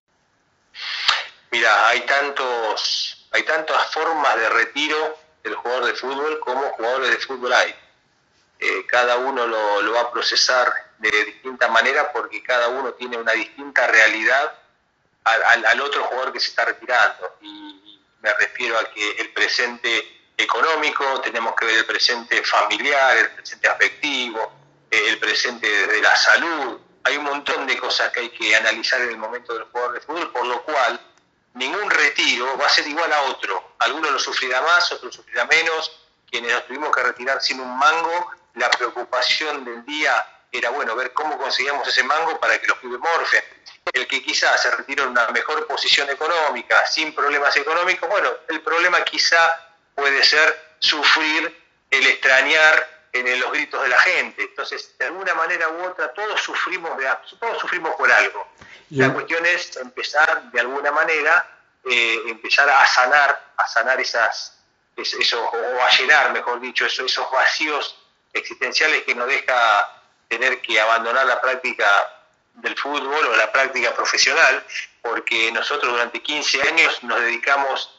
Mira, hay tantas formas de retiro del jugador de fútbol como jugadores de fútbol hay. Cada uno lo va a procesar de distinta manera porque cada uno tiene una distinta realidad al otro jugador que se está retirando. Y me refiero a que el presente económico, tenemos que ver el presente familiar, el presente afectivo, el presente de la salud. Hay un montón de cosas que hay que analizar en el momento del jugador de fútbol, por lo cual ningún retiro va a ser igual a otro. Algunos lo sufrirá más, otros sufrirá menos. Quienes nos tuvimos que retirar sin un mango, la preocupación del día era, bueno, ver cómo conseguíamos ese mango para que los pibes morfen. El que quizás se retiró en una mejor posición económica, sin problemas económicos, bueno, el problema quizá puede ser sufrir el extrañar en los gritos de la gente. Entonces, de alguna manera u otra, todos sufrimos por algo. La cuestión es empezar de alguna manera, empezar a sanar o a llenar, mejor dicho, esos vacíos existenciales que nos deja tener que abandonar la práctica del fútbol o la práctica profesional, porque nosotros durante 15 años nos dedicamos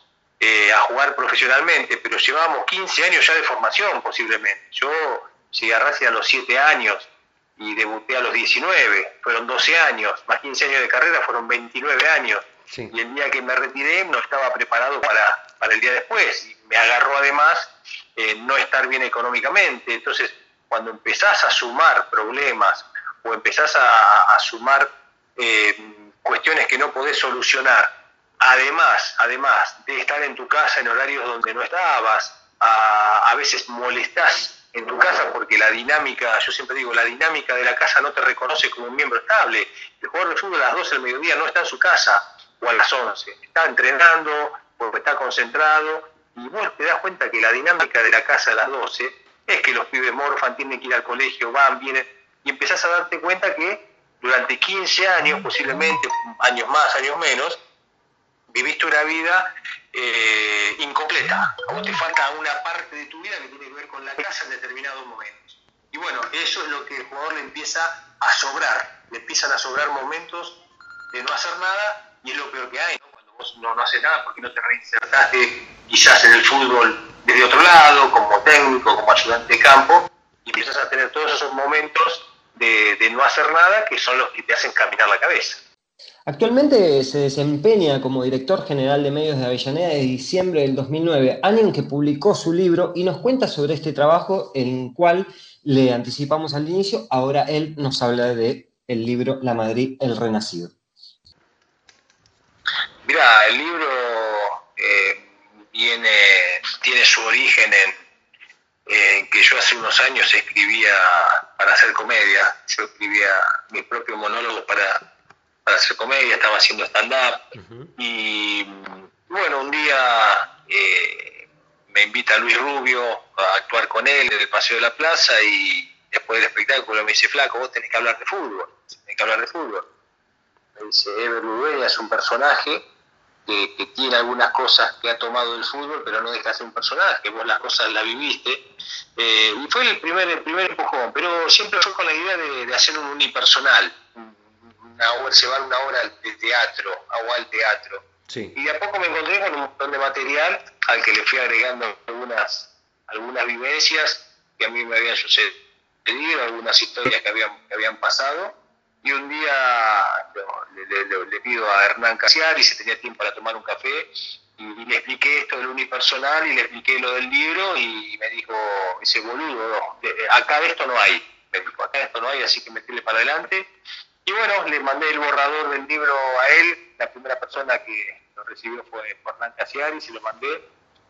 a jugar profesionalmente, pero llevábamos 15 años ya de formación posiblemente. Yo llegué a Racing a los 7 años y debuté a los 19, fueron 12 años, más 15 años de carrera, fueron 29 años. Sí. Y el día que me retiré no estaba preparado para el día después, y me agarró además no estar bien económicamente. Entonces, cuando empezás a sumar problemas o empezás a sumar cuestiones que no podés solucionar, además de estar en tu casa en horarios donde no estabas, a veces molestás en tu casa porque la dinámica, yo siempre digo, la dinámica de la casa no te reconoce como un miembro estable. El jugador de fútbol a las 12 del mediodía no está en su casa, o a las 11, está entrenando o está concentrado, y vos te das cuenta que la dinámica de la casa a las 12 es que los pibes morfan, tienen que ir al colegio, van, vienen, y empezás a darte cuenta que durante 15 años, posiblemente años más, años menos, viviste una vida incompleta. A vos te falta una parte de tu vida que tiene que ver con la casa en determinados momentos. Y bueno, eso es lo que el jugador le empieza a sobrar. Le empiezan a sobrar momentos de no hacer nada, y es lo peor que hay, ¿no? Cuando vos no haces nada porque no te reinsertaste quizás en el fútbol desde otro lado, como técnico, como ayudante de campo, y empiezas a tener todos esos momentos de no hacer nada, que son los que te hacen caminar la cabeza. Actualmente se desempeña como director general de medios de Avellaneda desde diciembre del 2009, año en que publicó su libro, y nos cuenta sobre este trabajo, en el cual le anticipamos al inicio. Ahora él nos habla de el libro La Madrid, el Renacido. Mirá, el libro tiene su origen en que yo hace unos años escribía para hacer comedia. Yo escribía mis propios monólogos para hacer comedia, estaba haciendo stand-up. Y bueno, un día me invita Luis Rubio a actuar con él en el Paseo de la Plaza, y después del espectáculo me dice: flaco, vos tenés que hablar de fútbol, Me dice: Ever Ludueña es un personaje que tiene algunas cosas que ha tomado del fútbol, pero no deja de ser un personaje, vos las cosas las viviste. Y fue el primer empujón, pero siempre fue con la idea de hacer un unipersonal, llevar una obra de teatro o al teatro. Sí. Y de a poco me encontré con un montón de material al que le fui agregando algunas vivencias que a mí me habían sucedido, algunas historias que habían pasado. Y un día le pido a Hernán Casiari si tenía tiempo para tomar un café, y le expliqué esto del unipersonal y le expliqué lo del libro, y me dijo: ese boludo, acá esto no hay. Me dijo: acá esto no hay, así que metele para adelante. Y bueno, le mandé el borrador del libro a él. La primera persona que lo recibió fue Hernán Casiari, se lo mandé,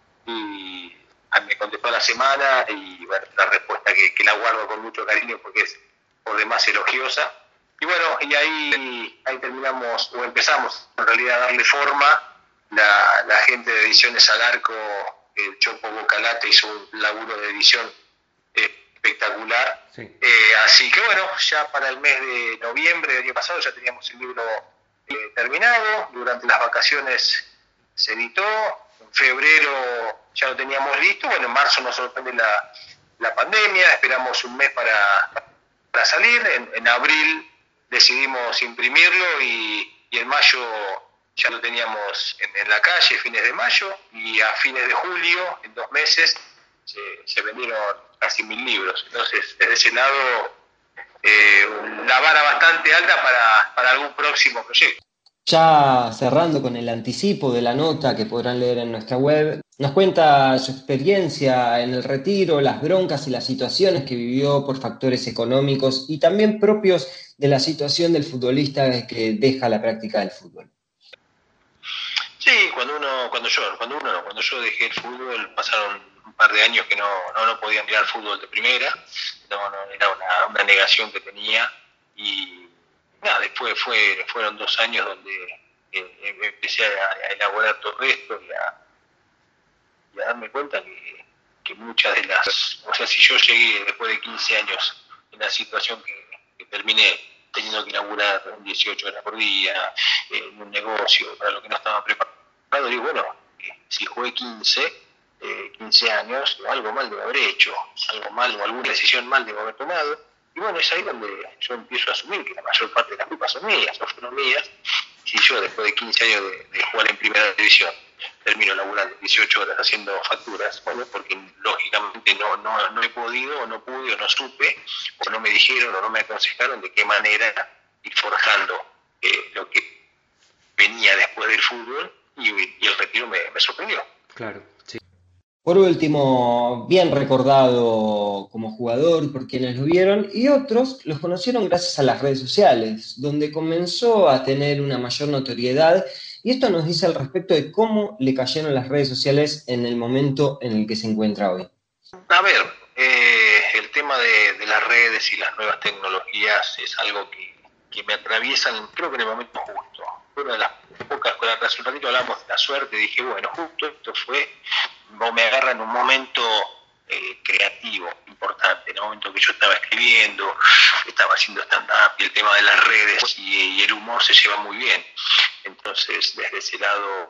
y me contestó a la semana, y bueno, la respuesta que la guardo con mucho cariño porque es por demás elogiosa. Y bueno, y ahí terminamos, o empezamos en realidad a darle forma. La gente de Ediciones al Arco, el Chopo Bocalate, hizo un laburo de edición espectacular. Sí. Así que bueno, ya para el mes de noviembre del año pasado ya teníamos el libro terminado. Durante las vacaciones se editó. En febrero ya lo teníamos listo. Bueno, en marzo nos sorprende la pandemia. Esperamos un mes para salir. En abril decidimos imprimirlo, y en mayo ya lo teníamos en la calle, fines de mayo, y a fines de julio, en 2 meses, se vendieron casi 1000 libros. Entonces, desde ese lado, la vara bastante alta para algún próximo proyecto. Ya cerrando con el anticipo de la nota que podrán leer en nuestra web, nos cuenta su experiencia en el retiro, las broncas y las situaciones que vivió por factores económicos y también propios de la situación del futbolista que deja la práctica del fútbol. Sí, cuando yo dejé el fútbol, pasaron un par de años que no podía mirar fútbol de primera. No, era una negación que tenía, y nada, después fueron 2 años donde empecé a elaborar todo esto y a darme cuenta que muchas de las... O sea, si yo llegué después de 15 años en la situación que terminé teniendo que laburar 18 horas por día en un negocio para lo que no estaba preparado, digo, bueno, si jugué 15 años, algo mal debo haber hecho, algo mal o alguna decisión mal debo haber tomado. Y bueno, es ahí donde yo empiezo a asumir que la mayor parte de las culpas son mías, no fueron mías, si yo después de 15 años de jugar en primera división termino laburando 18 horas haciendo facturas? Bueno, porque lógicamente no he podido, o no pude, o no supe, o no me dijeron, o no me aconsejaron de qué manera ir forjando lo que venía después del fútbol, y el retiro me sorprendió. Claro, sí. Por último, bien recordado como jugador por quienes lo vieron, y otros los conocieron gracias a las redes sociales, donde comenzó a tener una mayor notoriedad, y esto nos dice al respecto de cómo le cayeron las redes sociales en el momento en el que se encuentra hoy. A ver, el tema de las redes y las nuevas tecnologías es algo que me atraviesan, creo que en el momento justo. Una de las pocas cosas, hace un ratito hablamos de la suerte, dije, bueno, justo esto fue, me agarra en un momento creativo, importante, en el momento que yo estaba escribiendo, estaba haciendo stand-up, y el tema de las redes y el humor se lleva muy bien. Entonces, desde ese lado,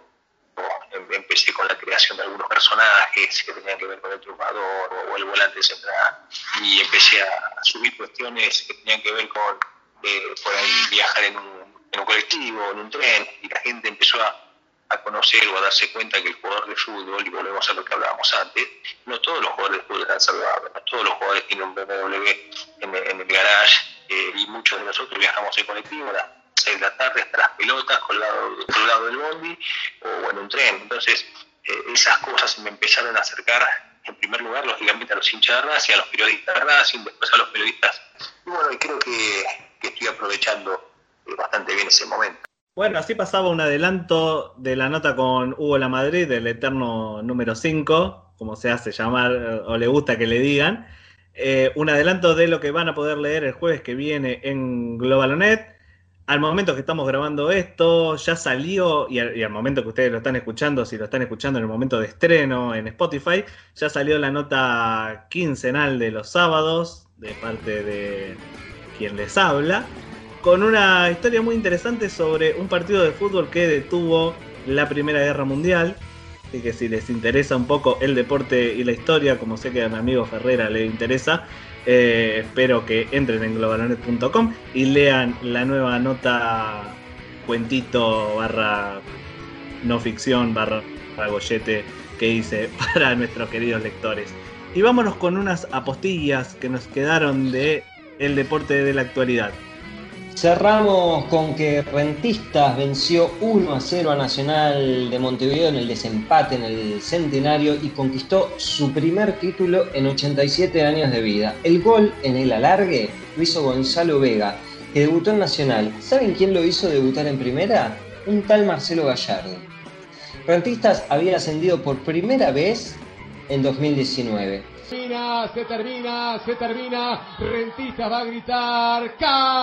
empecé con la creación de algunos personajes que tenían que ver con el trucador o el volante central, y empecé a subir cuestiones que tenían que ver con por ahí viajar en un colectivo, en un tren, y la gente empezó a conocer o a darse cuenta que el jugador de fútbol, y volvemos a lo que hablábamos antes, no todos los jugadores de fútbol están saludables, no todos los jugadores tienen un BMW en el garage, y muchos de nosotros viajamos en colectivo a las 6 de la tarde hasta las pelotas colgado del bondi o en un tren. Entonces esas cosas me empezaron a acercar, en primer lugar, lógicamente, a los hinchas de Racing, a los periodistas de Racing, después a los periodistas, y bueno, y creo que estoy aprovechando bastante bien ese momento. Bueno, así pasaba un adelanto de la nota con Hugo Lamadrid, del eterno número 5, como se hace llamar o le gusta que le digan. Un adelanto de lo que van a poder leer el jueves que viene en Globalonet. Al momento que estamos grabando esto, ya salió, y al momento que ustedes lo están escuchando, si lo están escuchando en el momento de estreno en Spotify, ya salió la nota quincenal de los sábados, de parte de quien les habla, con una historia muy interesante sobre un partido de fútbol que detuvo la Primera Guerra Mundial. Así que si les interesa un poco el deporte y la historia, como sé que a mi amigo Ferrera le interesa, espero que entren en globalonet.com y lean la nueva nota cuentito / no ficción / gollete que hice para nuestros queridos lectores. Y vámonos con unas apostillas que nos quedaron de el deporte de la actualidad. Cerramos con que Rentistas venció 1-0 a Nacional de Montevideo en el desempate en el Centenario y conquistó su primer título en 87 años de vida. El gol en el alargue lo hizo Gonzalo Vega, que debutó en Nacional. ¿Saben quién lo hizo debutar en primera? Un tal Marcelo Gallardo. Rentistas había ascendido por primera vez en 2019. Se termina, Rentistas va a gritar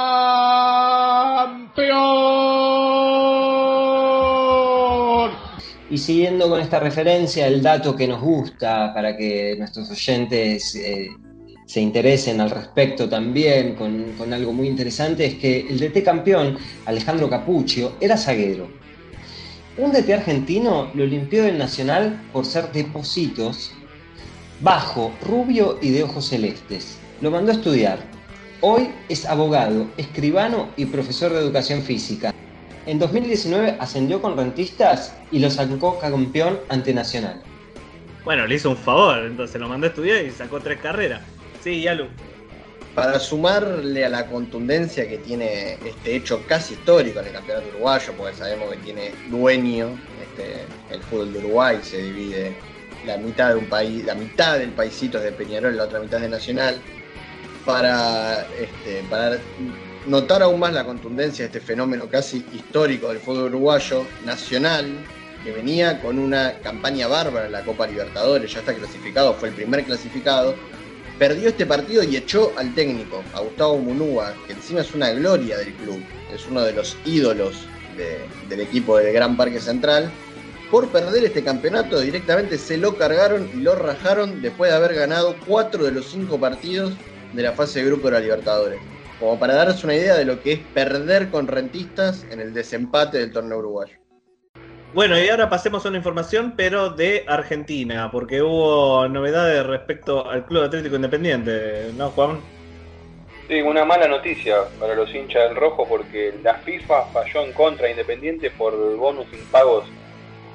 ¡campeón! Y siguiendo con esta referencia, el dato que nos gusta para que nuestros oyentes se interesen al respecto también con algo muy interesante, es que el DT campeón, Alejandro Capuccio, era zaguero. Un DT argentino lo limpió del Nacional por ser de Pocitos, bajo, rubio y de ojos celestes. Lo mandó a estudiar. Hoy es abogado, escribano y profesor de educación física. En 2019 ascendió con Rentistas y lo sacó campeón ante Nacional. Bueno, le hizo un favor, entonces lo mandó a estudiar y sacó 3 carreras. Sí, Yalu. Para sumarle a la contundencia que tiene este hecho casi histórico en el campeonato uruguayo, porque sabemos que tiene dueño el fútbol de Uruguay, se divide la mitad de un país, la mitad del paisito es de Peñarol y la otra mitad es de Nacional. Para notar aún más la contundencia de este fenómeno casi histórico del fútbol uruguayo, Nacional, que venía con una campaña bárbara en la Copa Libertadores, ya está clasificado, fue el primer clasificado, perdió este partido y echó al técnico, a Gustavo Munúa, que encima es una gloria del club, es uno de los ídolos del equipo del Gran Parque Central. Por perder este campeonato directamente se lo cargaron y lo rajaron después de haber ganado 4 de los 5 partidos de la fase de grupo de la Libertadores. Como para darles una idea de lo que es perder con Rentistas en el desempate del torneo uruguayo. Bueno, y ahora pasemos a una información, pero de Argentina, porque hubo novedades respecto al Club Atlético Independiente, ¿no, Juan? Sí, una mala noticia para los hinchas del rojo, porque la FIFA falló en contra de Independiente por bonus impagos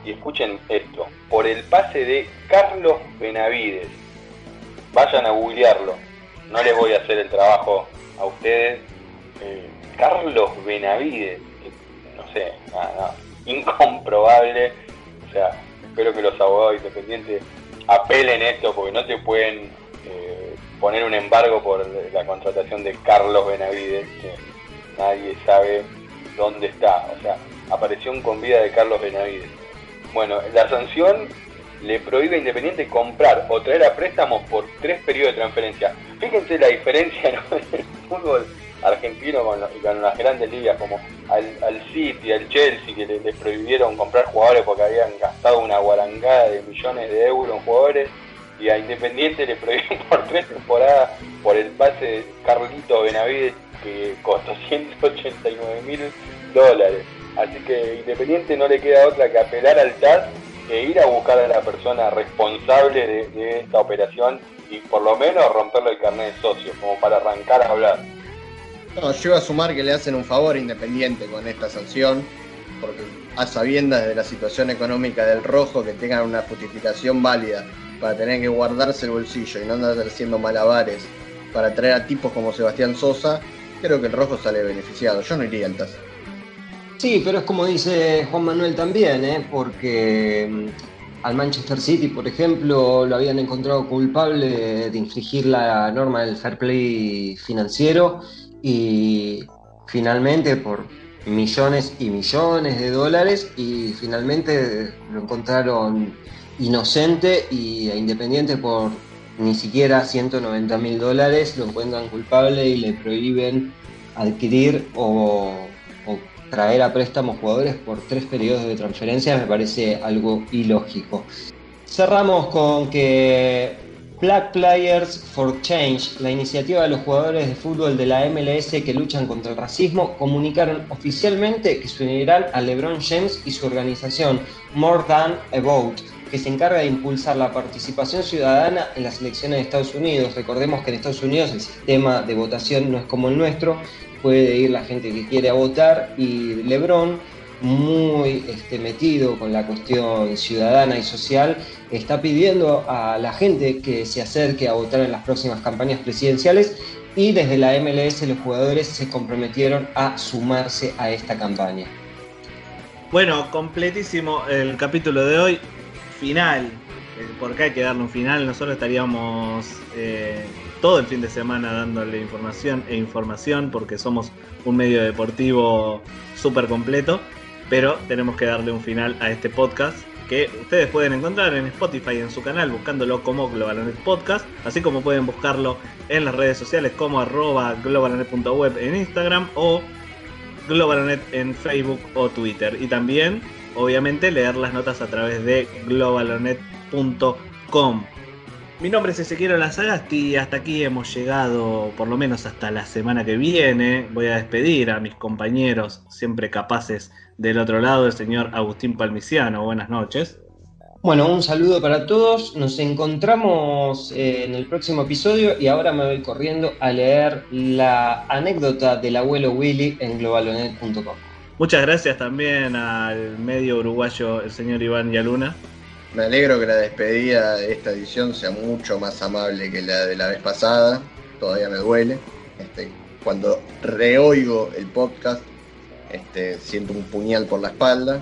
y escuchen esto, por el pase de Carlos Benavides. Vayan a googlearlo, no les voy a hacer el trabajo a ustedes. Carlos Benavides, no sé, nada, incomprobable. O sea, espero que los abogados independientes apelen esto, porque no te pueden poner un embargo por la contratación de Carlos Benavides, que nadie sabe dónde está. O sea, aparición con vida de Carlos Benavides. Bueno, la sanción le prohíbe a Independiente comprar o traer a préstamos por 3 periodos de transferencia. Fíjense la diferencia, ¿no?, en el fútbol argentino con las grandes ligas, como al City, al Chelsea, que les prohibieron comprar jugadores porque habían gastado una guarangada de millones de euros en jugadores, y a Independiente le prohibieron por 3 temporadas por el pase de Carlito Benavides, que costó $189.000. Así que Independiente no le queda otra que apelar al TAS e ir a buscar a la persona responsable de esta operación y por lo menos romperle el carnet de socio, como para arrancar a hablar. No, yo iba a sumar que le hacen un favor a Independiente con esta sanción, porque a sabiendas de la situación económica del Rojo, que tengan una justificación válida para tener que guardarse el bolsillo y no andar haciendo malabares para traer a tipos como Sebastián Sosa, creo que el Rojo sale beneficiado. Yo no iría al TAS. Sí, pero es como dice Juan Manuel también, porque al Manchester City, por ejemplo, lo habían encontrado culpable de infringir la norma del fair play financiero y finalmente por millones y millones de dólares, y finalmente lo encontraron inocente, y a Independiente por ni siquiera $190.000 lo encuentran culpable y le prohíben adquirir o traer a préstamos jugadores por 3 periodos de transferencia. Me parece algo ilógico. Cerramos con que Black Players for Change, la iniciativa de los jugadores de fútbol de la MLS que luchan contra el racismo, comunicaron oficialmente que se unirán a LeBron James y su organización More Than a Vote, que se encarga de impulsar la participación ciudadana en las elecciones de Estados Unidos. Recordemos que en Estados Unidos el sistema de votación no es como el nuestro, puede ir la gente que quiere a votar, y LeBron, muy metido con la cuestión ciudadana y social, está pidiendo a la gente que se acerque a votar en las próximas campañas presidenciales, y desde la MLS los jugadores se comprometieron a sumarse a esta campaña. Bueno, completísimo el capítulo de hoy. Final, porque hay que darle un final. Nosotros estaríamos todo el fin de semana dándole información porque somos un medio deportivo súper completo, pero tenemos que darle un final a este podcast, que ustedes pueden encontrar en Spotify en su canal buscándolo como Globalonet Podcast, así como pueden buscarlo en las redes sociales como @globalonet.web en Instagram o Globalonet en Facebook o Twitter, y también obviamente leer las notas a través de globalonet.com. Mi nombre es Ezequiel Lazagasti y hasta aquí hemos llegado, por lo menos hasta la semana que viene. Voy a despedir a mis compañeros siempre capaces del otro lado, el señor Agustín Palmiciano. Buenas noches. Bueno, un saludo para todos. Nos encontramos en el próximo episodio, y ahora me voy corriendo a leer la anécdota del abuelo Willy en globalonet.com. Muchas gracias también al medio uruguayo, el señor Iván Yaluna. Me alegro que la despedida de esta edición sea mucho más amable que la de la vez pasada. Todavía me duele. Cuando reoigo el podcast, siento un puñal por la espalda.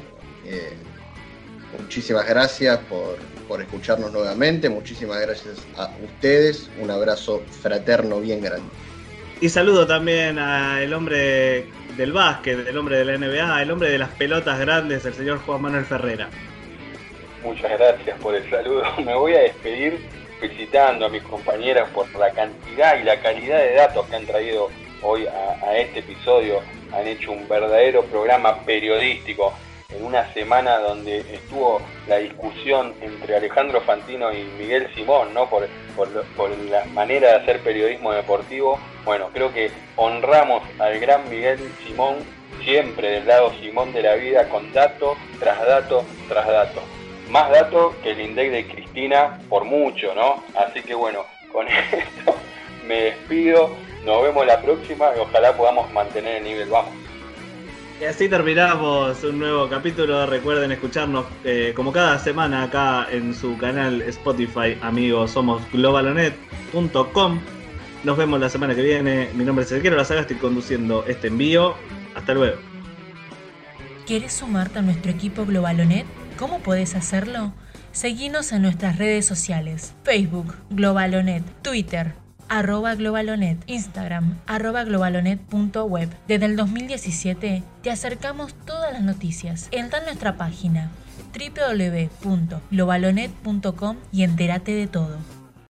Muchísimas gracias por escucharnos nuevamente. Muchísimas gracias a ustedes. Un abrazo fraterno bien grande. Y saludo también al hombre del básquet, el hombre de la NBA, el hombre de las pelotas grandes, el señor Juan Manuel Ferrera. Muchas gracias por el saludo. Me voy a despedir felicitando a mis compañeras por la cantidad y la calidad de datos que han traído hoy a este episodio. Han hecho un verdadero programa periodístico en una semana donde estuvo la discusión entre Alejandro Fantino y Miguel Simón, ¿no? Por la manera de hacer periodismo deportivo. Bueno, creo que honramos al gran Miguel Simón, siempre del lado Simón de la vida, con dato tras dato tras dato. Más datos que el index de Cristina por mucho, ¿no? Así que bueno, con esto me despido. Nos vemos la próxima y ojalá podamos mantener el nivel. Vamos. Y así terminamos un nuevo capítulo. Recuerden escucharnos como cada semana acá en su canal Spotify, amigos. Somos globalonet.com. Nos vemos la semana que viene. Mi nombre es Ezequiel Olazaga, estoy conduciendo este envío. Hasta luego. ¿Quieres sumarte a nuestro equipo Globalonet? ¿Cómo podés hacerlo? Seguinos en nuestras redes sociales: Facebook, Globalonet, Twitter, @Globalonet, Instagram, @globalonet.web. Desde el 2017 te acercamos todas las noticias. Entra en nuestra página www.globalonet.com y entérate de todo.